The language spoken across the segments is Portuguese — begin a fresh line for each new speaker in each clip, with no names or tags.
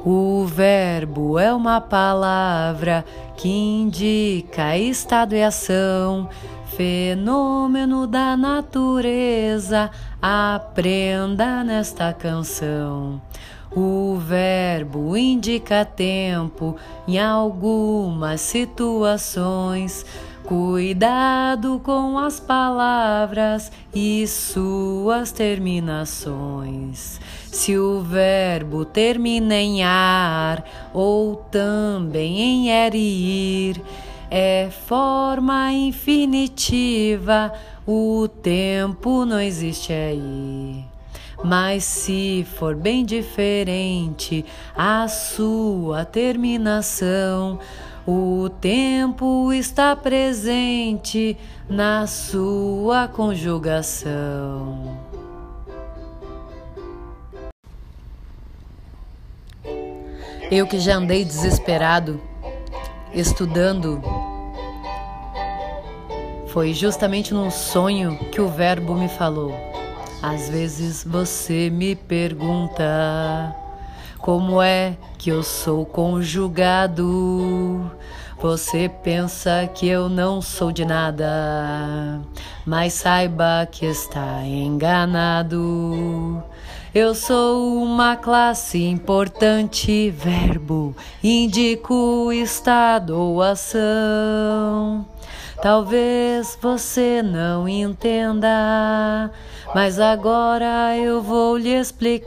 O verbo é uma palavra que indica estado e ação, fenômeno da natureza, aprenda nesta canção. O verbo indica tempo em algumas situações. Cuidado com as palavras e suas terminações. Se o verbo termina em ar ou também em er e ir, é forma infinitiva, o tempo não existe aí. Mas se for bem diferente a sua terminação, o tempo está presente na sua conjugação. Eu que já andei desesperado, estudando, foi justamente num sonho que o verbo me falou. Às vezes você me pergunta como é que eu sou conjugado. Você pensa que eu não sou de nada, mas saiba que está enganado. Eu sou uma classe importante, verbo, indico estado ou ação. Talvez você não entenda, mas agora eu vou lhe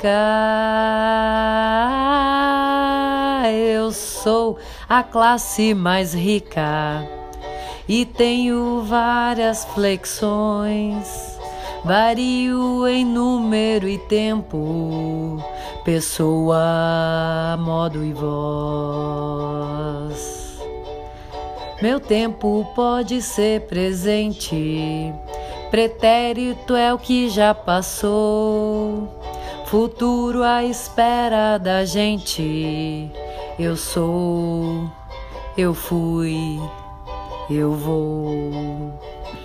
explicar. Eu sou a classe mais rica e tenho várias flexões. Vario em número e tempo, pessoa, modo e voz. Meu tempo pode ser presente, pretérito é o que já passou, futuro à espera da gente. Eu sou, eu fui, eu vou.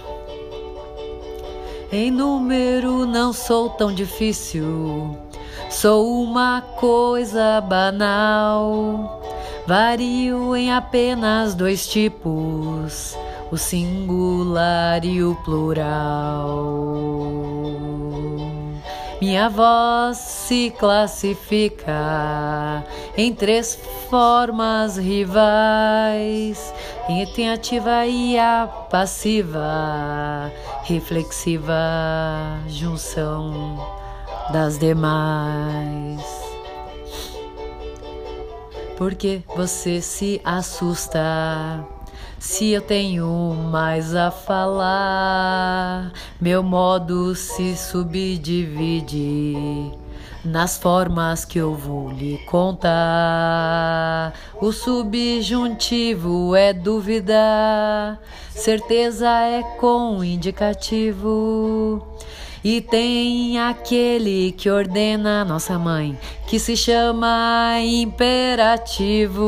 Em número não sou tão difícil, sou uma coisa banal. Vario em apenas dois tipos, o singular e o plural. Minha voz se classifica em três formas rivais, tem a ativa e a passiva, reflexiva, junção das demais. Por que você se assusta se eu tenho mais a falar? Meu modo se subdivide nas formas que eu vou lhe contar. O subjuntivo é dúvida, certeza é com indicativo. E tem aquele que ordena nossa mãe, que se chama imperativo.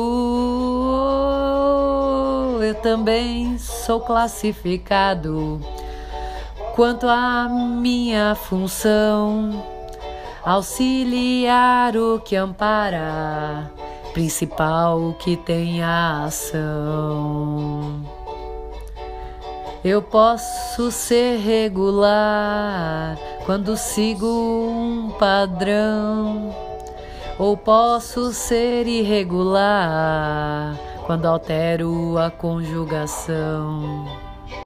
Eu também sou classificado quanto à minha função, auxiliar o que ampara, principal que tem a ação. Eu posso ser regular quando sigo um padrão, ou posso ser irregular quando altero a conjugação.